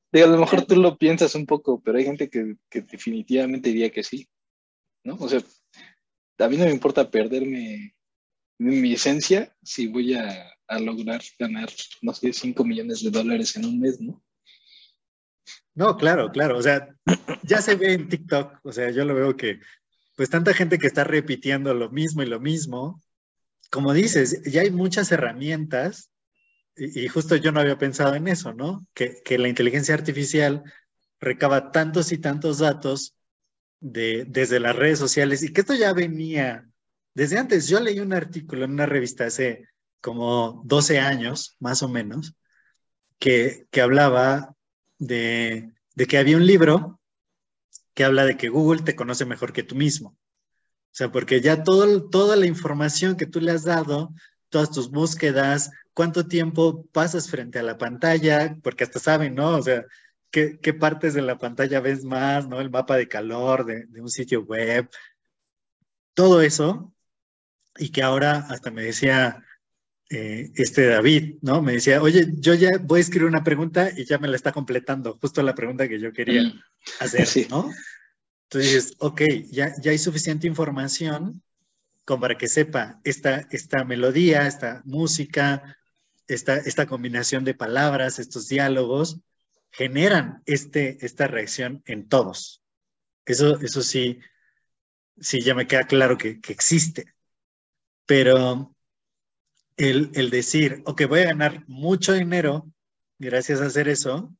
Digo, a lo mejor tú lo piensas un poco, pero hay gente que, que definitivamente diría que sí, ¿no? O sea, a mí no me importa perderme mi esencia si voy a, a lograr ganar, no sé, cinco millones de dólares en un mes, ¿no? No, claro, claro. O sea, ya se ve en TikTok. O sea, yo lo veo que, pues, tanta gente que está repitiendo lo mismo y lo mismo. Como dices, ya hay muchas herramientas y, y justo yo no había pensado en eso, ¿no? Que, que la inteligencia artificial recaba tantos y tantos datos de, desde las redes sociales y que esto ya venía desde antes. Yo leí un artículo en una revista hace como doce años, más o menos, que, que hablaba de, de que había un libro que habla de que Google te conoce mejor que tú mismo. O sea, porque ya todo, toda la información que tú le has dado, todas tus búsquedas, cuánto tiempo pasas frente a la pantalla, porque hasta saben, ¿no? O sea, qué, qué partes de la pantalla ves más, ¿no? El mapa de calor de, de un sitio web, todo eso. Y que ahora hasta me decía eh, este David, ¿no? Me decía, oye, yo ya voy a escribir una pregunta y ya me la está completando, justo la pregunta que yo quería Mm, hacer, sí. ¿no? Entonces dices, ok, ya, ya hay suficiente información como para que sepa esta, esta melodía, esta música, esta, esta combinación de palabras, estos diálogos, generan este, esta reacción en todos. Eso, eso sí, sí ya me queda claro que, que existe. Pero el, el decir, ok, voy a ganar mucho dinero gracias a hacer eso,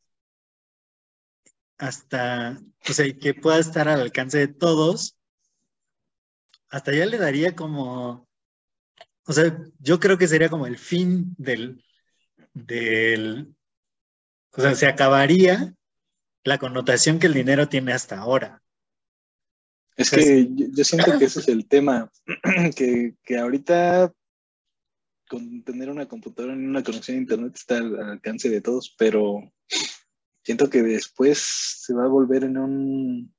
hasta, o sea, y que pueda estar al alcance de todos, hasta ya le daría como, o sea, yo creo que sería como el fin del, del, o sea, se acabaría la connotación que el dinero tiene hasta ahora. O Es sea, sí, que yo, yo siento que ese es el tema, que, que ahorita con tener una computadora en una conexión a internet está al alcance de todos, pero siento que después se va a volver en un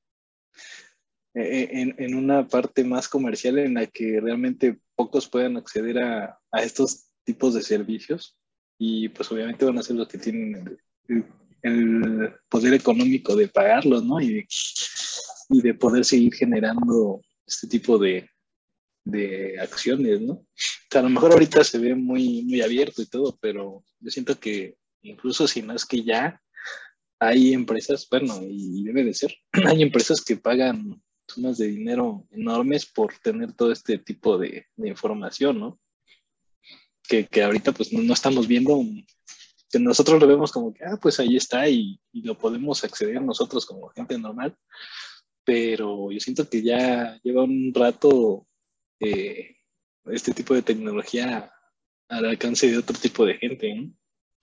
en, en una parte más comercial en la que realmente pocos puedan acceder a, a estos tipos de servicios y pues obviamente van a ser los que tienen el, el, el poder económico de pagarlos, ¿no? Y de, y de poder seguir generando este tipo de, de acciones, ¿no? O sea, a lo mejor ahorita se ve muy, muy abierto y todo, pero yo siento que incluso si no es que ya hay empresas, bueno, y debe de ser, hay empresas que pagan sumas de dinero enormes por tener todo este tipo de, de información, ¿no? Que, que ahorita pues no, no, estamos viendo, que nosotros lo vemos como que, ah, pues ahí está y, y lo podemos acceder nosotros como gente normal, pero yo siento que ya lleva un rato eh, este tipo de tecnología al alcance de otro tipo de gente, ¿no?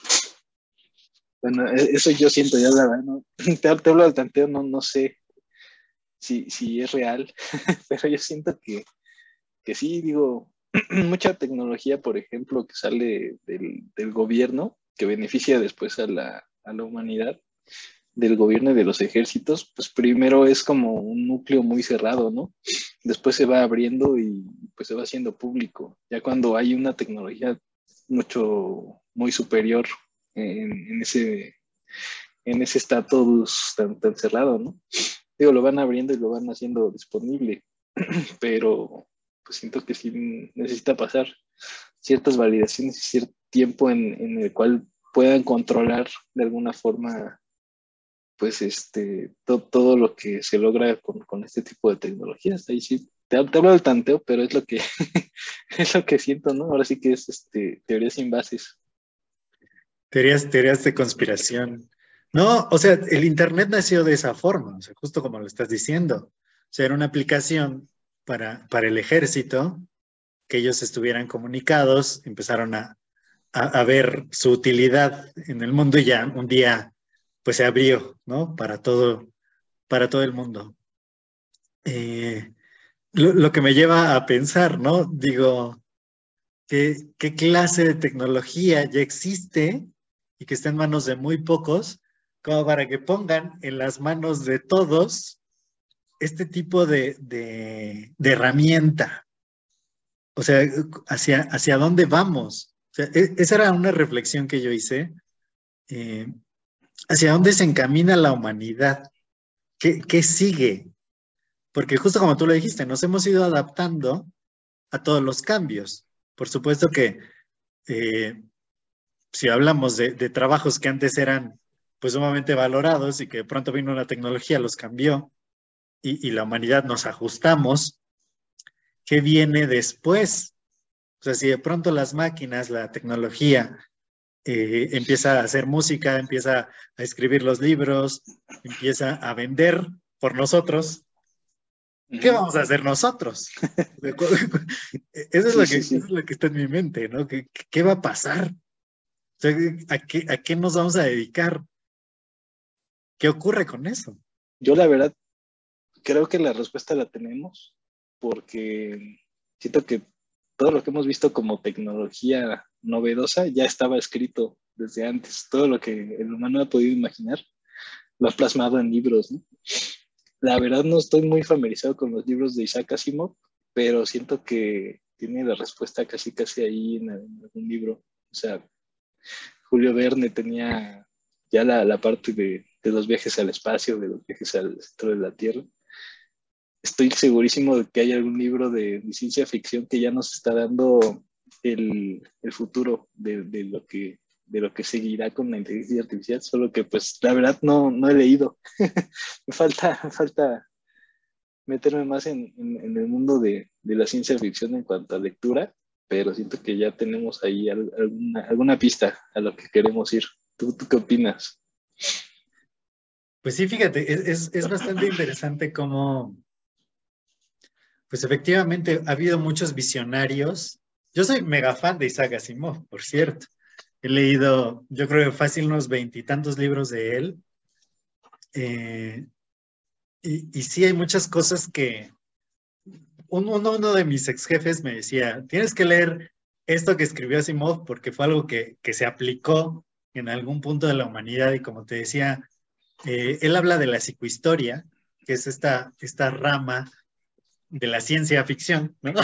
Bueno, eso yo siento ya, la verdad, ¿no? Te, te hablo del tanteo, no, no sé si, si es real, pero yo siento que, que sí, digo, mucha tecnología, por ejemplo, que sale del, del gobierno, que beneficia después a la, a la humanidad, del gobierno y de los ejércitos, pues primero es como un núcleo muy cerrado, ¿no? Después se va abriendo y pues se va haciendo público. Ya cuando hay una tecnología mucho, muy superior en, en ese, en ese estatus tan, tan cerrado, ¿no? Digo, lo van abriendo y lo van haciendo disponible, pero pues siento que sí necesita pasar ciertas validaciones y cierto tiempo en, en el cual puedan controlar de alguna forma pues este to, todo lo que se logra con, con este tipo de tecnologías. Ahí sí te, te hablo del tanteo, pero es lo que es lo que siento, ¿no? Ahora sí que es este teoría sin bases. teorías, teorías de conspiración. No, o sea, el Internet nació de esa forma, o sea, justo como lo estás diciendo. O sea, era una aplicación para, para el ejército, que ellos estuvieran comunicados, empezaron a, a, a ver su utilidad en el mundo y ya un día pues se abrió, ¿no? Para todo, para todo el mundo. Eh, lo, lo que me lleva a pensar, ¿no? Digo, ¿qué, qué clase de tecnología ya existe y que está en manos de muy pocos, como para que pongan en las manos de todos este tipo de, de, de herramienta? O sea, ¿hacia, hacia dónde vamos? O sea, e- esa era una reflexión que yo hice. Eh, ¿hacia dónde se encamina la humanidad? ¿Qué, qué sigue? Porque justo como tú lo dijiste, nos hemos ido adaptando a todos los cambios. Por supuesto que eh, si hablamos de, de trabajos que antes eran pues sumamente valorados y que de pronto vino la tecnología, los cambió y, y la humanidad nos ajustamos, ¿qué viene después? O sea, si de pronto las máquinas, la tecnología eh, empieza a hacer música, empieza a escribir los libros, empieza a vender por nosotros, ¿qué Uh-huh. vamos a hacer nosotros? Eso es Sí, lo que, sí, eso sí. es lo que está en mi mente, ¿no? ¿Qué, qué va a pasar? O sea, ¿a qué, a qué nos vamos a dedicar? ¿Qué ocurre con eso? Yo la verdad creo que la respuesta la tenemos porque siento que todo lo que hemos visto como tecnología novedosa ya estaba escrito desde antes. Todo lo que el humano ha podido imaginar lo ha plasmado en libros, ¿no? La verdad no estoy muy familiarizado con los libros de Isaac Asimov, pero siento que tiene la respuesta casi casi ahí en, en algún libro. O sea, Julio Verne tenía ya la, la parte de, de los viajes al espacio, de los viajes al centro de la Tierra. Estoy segurísimo de que hay algún libro de, de ciencia ficción que ya nos está dando el, el futuro de, de, lo que, de lo que seguirá con la inteligencia artificial, solo que pues la verdad no, no he leído. me, falta, me falta meterme más en, en, en el mundo de, de, la ciencia ficción en cuanto a lectura, pero siento que ya tenemos ahí al, alguna, alguna pista a lo que queremos ir. ¿Tú, tú qué opinas? Pues sí, fíjate, es, es, es bastante interesante cómo, pues efectivamente ha habido muchos visionarios. Yo soy mega fan de Isaac Asimov, por cierto. He leído, yo creo que fácil unos veintitantos libros de él. Eh, y, y sí hay muchas cosas que uno, uno de mis ex jefes me decía, tienes que leer esto que escribió Asimov porque fue algo que, que se aplicó en algún punto de la humanidad y como te decía, eh, él habla de la psicohistoria, que es esta, esta rama de la ciencia ficción, ¿no?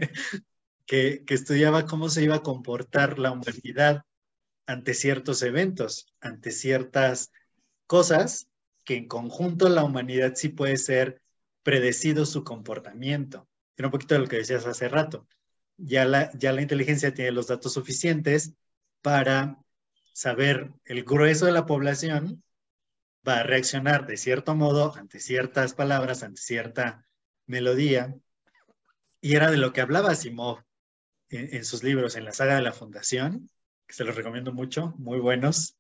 que, que estudiaba cómo se iba a comportar la humanidad ante ciertos eventos, ante ciertas cosas que en conjunto la humanidad sí puede ser predecido su comportamiento. Era un poquito de lo que decías hace rato. Ya la, ya la inteligencia tiene los datos suficientes para saber el grueso de la población va a reaccionar de cierto modo ante ciertas palabras, ante cierta melodía. Y era de lo que hablaba Asimov en, en sus libros, en la saga de la Fundación, que se los recomiendo mucho, muy buenos.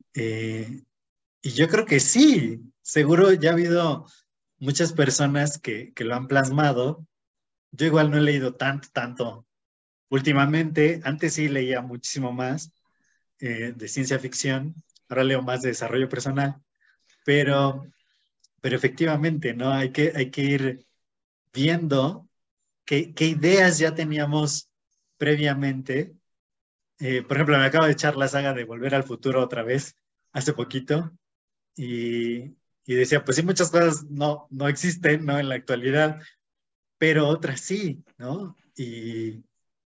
Eh, y yo creo que sí, seguro ya ha habido muchas personas que, que lo han plasmado. Yo igual no he leído tanto, tanto últimamente. Antes sí leía muchísimo más eh, de ciencia ficción. Ahora leo más de desarrollo personal. Pero, pero efectivamente, ¿no? Hay que, hay que ir viendo qué, qué ideas ya teníamos previamente. Eh, por ejemplo, me acabo de echar la saga de Volver al Futuro otra vez hace poquito. Y, y decía, pues sí, muchas cosas no, no existen, ¿no? En la actualidad, pero otras sí, ¿no? Y,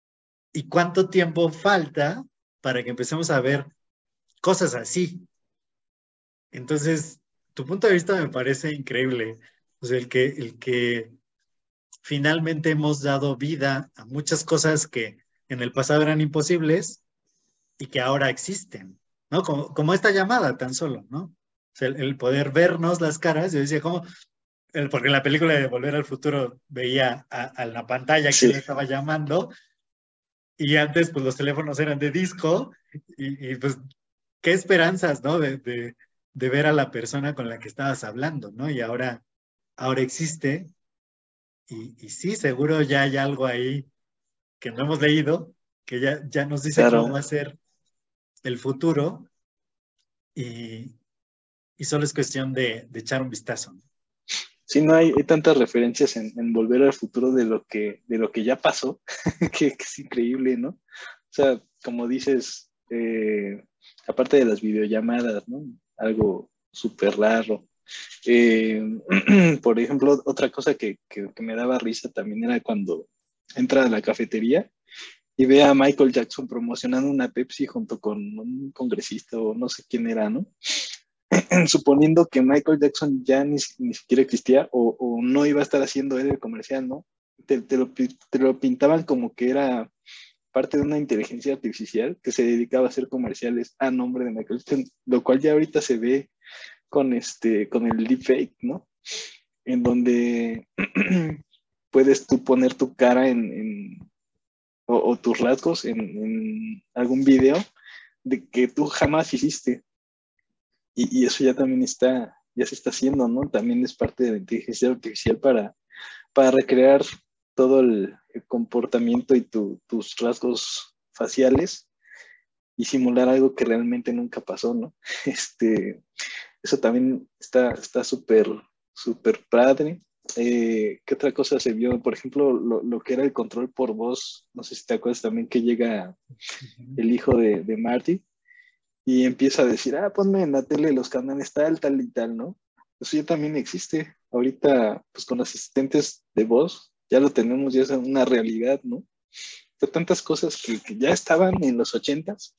y cuánto tiempo falta para que empecemos a ver cosas así. Entonces, tu punto de vista me parece increíble. O sea, el que, el que finalmente hemos dado vida a muchas cosas que en el pasado eran imposibles y que ahora existen, ¿no? Como, como esta llamada tan solo, ¿no? O sea, el, el poder vernos las caras, yo decía, ¿cómo? El, porque en la película de Volver al Futuro veía a, a la pantalla quién Sí, le estaba llamando y antes pues los teléfonos eran de disco y, y pues qué esperanzas, ¿no? De, de, de ver a la persona con la que estabas hablando, ¿no? Y ahora, ahora existe y, y sí, seguro ya hay algo ahí que no hemos leído, que ya, ya nos dice cómo claro. va a ser el futuro y, y solo es cuestión de, de echar un vistazo, ¿no? Sí, no hay, hay tantas referencias en, en Volver al Futuro de lo que, de lo que ya pasó, que, que es increíble, ¿no? O sea, como dices, eh, aparte de las videollamadas, ¿no? Algo súper raro. Eh, por ejemplo, otra cosa que, que, que me daba risa también era cuando entra a la cafetería y ve a Michael Jackson promocionando una Pepsi junto con un congresista o no sé quién era, ¿no? suponiendo que Michael Jackson ya ni, ni siquiera existía o, o no iba a estar haciendo él el comercial, ¿no? Te, te, lo, te lo pintaban como que era parte de una inteligencia artificial que se dedicaba a hacer comerciales a nombre de Michael Jackson, lo cual ya ahorita se ve con, este, con el deepfake, ¿no? En donde puedes tú poner tu cara en, en o, o, tus rasgos en, en algún video de que tú jamás hiciste. Y, y eso ya también está, ya se está haciendo, ¿no? También es parte de la inteligencia artificial para, para recrear todo el, el comportamiento y tu, tus rasgos faciales y simular algo que realmente nunca pasó, ¿no? Este, eso también está está súper, súper padre. Eh, ¿Qué otra cosa se vio? Por ejemplo, lo, lo que era el control por voz. No sé si te acuerdas también que llega el hijo de, de Marty y empieza a decir, ah, ponme en la tele los canales tal, tal y tal, ¿no? Eso ya también existe. Ahorita, pues con asistentes de voz, ya lo tenemos, ya es una realidad, ¿no? O sea, tantas cosas que, que ya estaban en los ochentas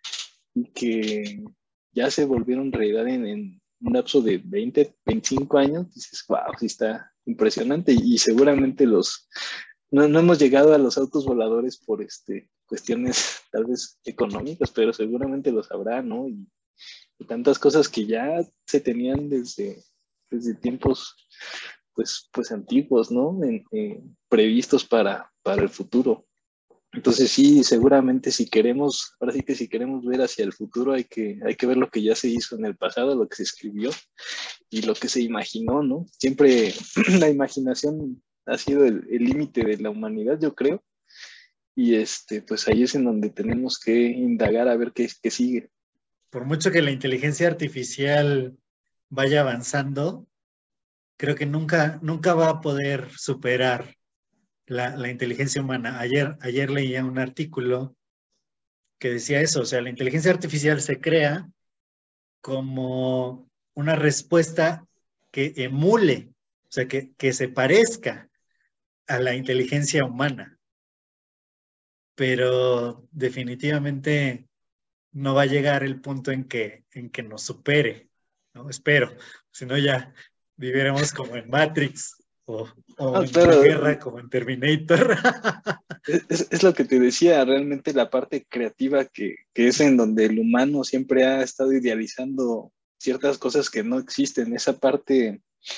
y que ya se volvieron realidad en, en un lapso de veinte, veinticinco años. Dices, wow, sí está impresionante. Y, y seguramente los, no, no hemos llegado a los autos voladores por este, cuestiones tal vez económicas, pero seguramente los habrá, ¿no? Y, y tantas cosas que ya se tenían desde, desde tiempos pues, pues antiguos, ¿no? En, en, previstos para, para el futuro. Entonces sí, seguramente si queremos, ahora sí que si queremos ver hacia el futuro hay que, hay que ver lo que ya se hizo en el pasado, lo que se escribió y lo que se imaginó, ¿no? Siempre la imaginación ha sido el límite de la humanidad, yo creo, y este, pues ahí es en donde tenemos que indagar a ver qué, qué sigue. Por mucho que la inteligencia artificial vaya avanzando, creo que nunca, nunca va a poder superar la, la inteligencia humana. Ayer, ayer leía un artículo que decía eso, o sea, la inteligencia artificial se crea como una respuesta que emule, o sea, que, que se parezca a la inteligencia humana, pero definitivamente no va a llegar el punto en que, en que nos supere, ¿no? Espero, si no ya viviremos como en Matrix o, o No, en una claro, guerra como en Terminator. es, es lo que te decía, realmente la parte creativa que, que es en donde el humano siempre ha estado idealizando ciertas cosas que no existen, esa parte,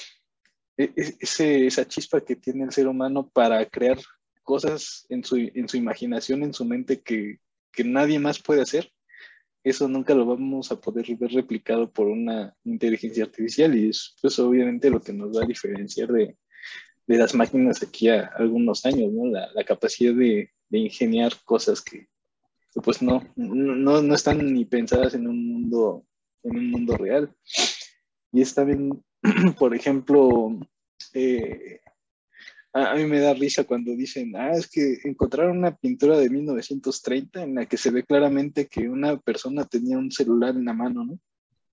ese, esa chispa que tiene el ser humano para crear cosas en su, en su imaginación, en su mente que, que nadie más puede hacer, eso nunca lo vamos a poder ver replicado por una inteligencia artificial y es pues obviamente lo que nos va a diferenciar de, de las máquinas aquí a algunos años, ¿no? La, la capacidad de, de ingeniar cosas que, que pues no, no, no están ni pensadas en un mundo, en un mundo real. Y es también, por ejemplo, eh, a, a mí me da risa cuando dicen, ah, es que encontraron una pintura de mil novecientos treinta en la que se ve claramente que una persona tenía un celular en la mano, ¿no?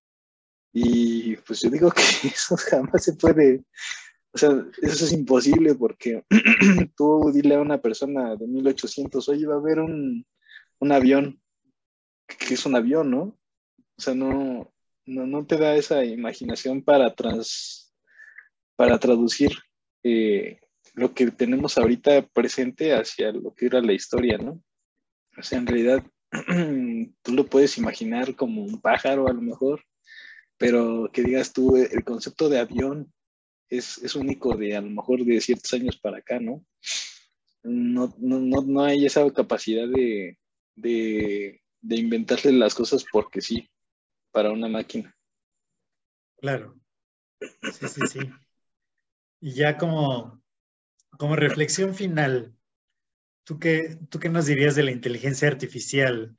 Y pues yo digo que eso jamás se puede, o sea, eso es imposible porque tú dile a una persona de mil ochocientos, oye, va a haber un, un avión, que es un avión, ¿no? O sea, no, no, no te da esa imaginación para, trans, para traducir eh, lo que tenemos ahorita presente hacia lo que era la historia, ¿no? O sea, en realidad tú lo puedes imaginar como un pájaro a lo mejor, pero que digas tú, el concepto de avión es, es único de a lo mejor de ciertos años para acá, ¿no? No, no, no, no hay esa capacidad de, de, de inventarle las cosas porque sí, para una máquina. Claro, sí, sí, sí. Y ya como, como reflexión final, ¿tú qué, tú qué nos dirías de la inteligencia artificial?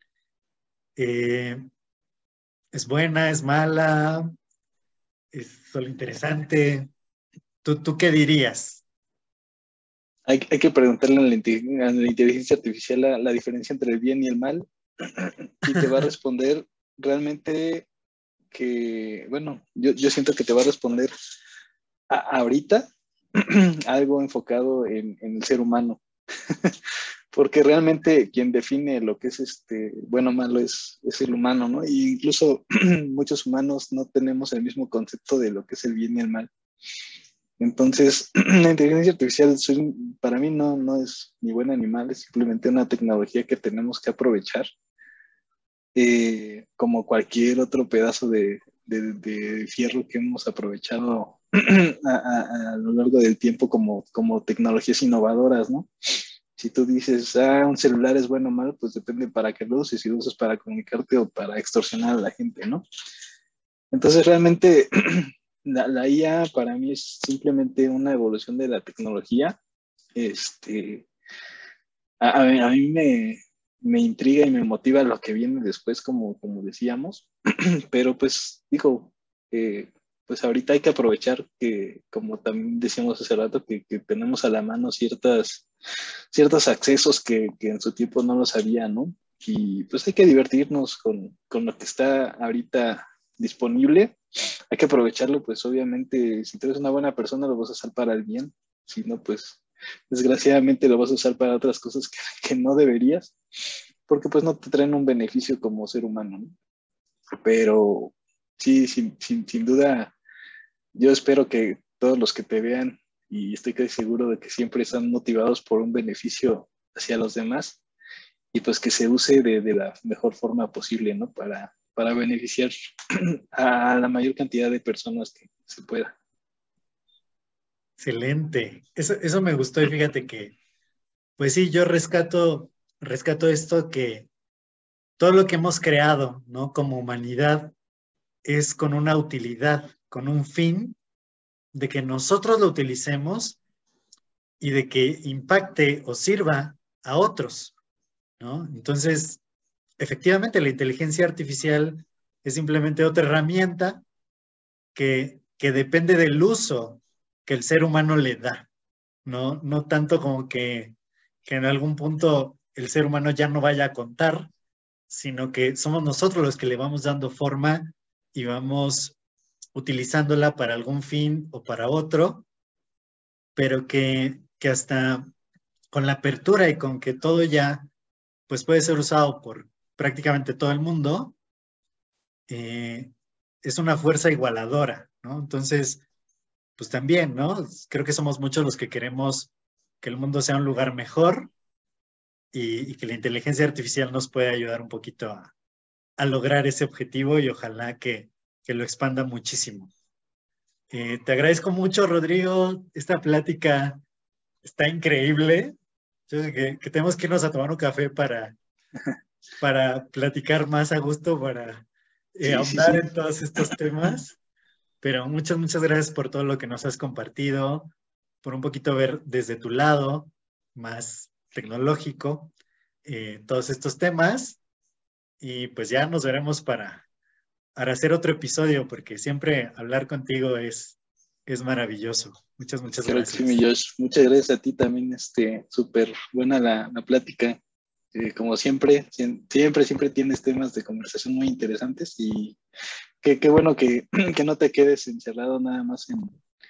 Eh, ¿Es buena, es mala, es solo interesante? ¿Tú, tú qué dirías? Hay, hay que preguntarle a la, a la inteligencia artificial la, la diferencia entre el bien y el mal y te va a responder realmente que, bueno, yo, yo siento que te va a responder a, ahorita algo enfocado en, en el ser humano. porque realmente quien define lo que es este bueno o malo es, es el humano, ¿no? Y incluso muchos humanos no tenemos el mismo concepto de lo que es el bien y el mal. Entonces, la inteligencia artificial para mí no, no es ni buena ni mala, es simplemente una tecnología que tenemos que aprovechar eh, como cualquier otro pedazo de, de, de fierro que hemos aprovechado a, a, a, lo largo del tiempo como, como tecnologías innovadoras, ¿no? Si tú dices, ah, un celular es bueno o malo, pues depende para qué lo uses, si lo usas para comunicarte o para extorsionar a la gente, ¿no? Entonces, realmente, la, la I A para mí es simplemente una evolución de la tecnología. Este, a, a mí, a mí me, me intriga y me motiva lo que viene después, como, como decíamos, pero pues digo, eh, pues ahorita hay que aprovechar que, como también decíamos hace rato, que, que tenemos a la mano ciertas, ciertos accesos que, que en su tiempo no los había, ¿no? Y pues hay que divertirnos con, con lo que está ahorita disponible. Hay que aprovecharlo, pues obviamente, si tú eres una buena persona, lo vas a usar para el bien, si no, pues desgraciadamente lo vas a usar para otras cosas que, que no deberías, porque pues no te traen un beneficio como ser humano, ¿no? Pero sí, sin, sin, sin duda, yo espero que todos los que te vean, y estoy casi seguro de que siempre están motivados por un beneficio hacia los demás, y pues que se use de, de la mejor forma posible, ¿no? Para, para beneficiar a la mayor cantidad de personas que se pueda. Excelente. Eso, eso me gustó y fíjate que, pues sí, yo rescato, rescato esto que todo lo que hemos creado, ¿no? Como humanidad es con una utilidad, con un fin de que nosotros lo utilicemos y de que impacte o sirva a otros, ¿no? Entonces, efectivamente, la inteligencia artificial es simplemente otra herramienta que, que depende del uso que el ser humano le da, ¿no? No tanto como que, que en algún punto el ser humano ya no vaya a contar, sino que somos nosotros los que le vamos dando forma y vamos utilizándola para algún fin o para otro, pero que, que hasta con la apertura y con que todo ya pues puede ser usado por prácticamente todo el mundo, eh, es una fuerza igualadora, ¿no? Entonces, pues también, ¿no? Creo que somos muchos los que queremos que el mundo sea un lugar mejor y, y que la inteligencia artificial nos pueda ayudar un poquito a, a lograr ese objetivo y ojalá que, que lo expanda muchísimo. Eh, te agradezco mucho, Rodrigo. Esta plática está increíble. Yo creo que, que tenemos que irnos a tomar un café para, para platicar más a gusto, para eh, Sí, sí, ahondar sí. en todos estos temas. Pero muchas, muchas gracias por todo lo que nos has compartido, por un poquito ver desde tu lado más tecnológico eh, todos estos temas. Y pues ya nos veremos para, para hacer otro episodio, porque siempre hablar contigo es, es maravilloso. Muchas, muchas Creo que sí, mi gracias. Josh. Muchas gracias a ti también, este, súper buena la, la plática. Eh, como siempre, siempre, siempre tienes temas de conversación muy interesantes y qué, qué bueno que, que no te quedes encerrado nada más en,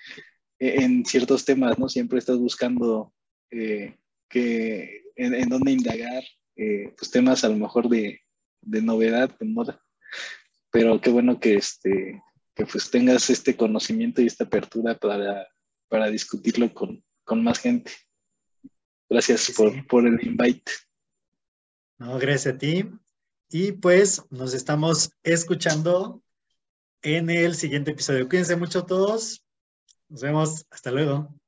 en ciertos temas, ¿no? Siempre estás buscando eh, que, en, en dónde indagar, eh, pues temas a lo mejor de, de novedad, de moda, pero qué bueno que, este, que pues tengas este conocimiento y esta apertura para, para discutirlo con, con más gente. Gracias Sí, por, sí. por el invite. No, gracias a ti. Y pues nos estamos escuchando en el siguiente episodio. Cuídense mucho todos. Nos vemos. Hasta luego.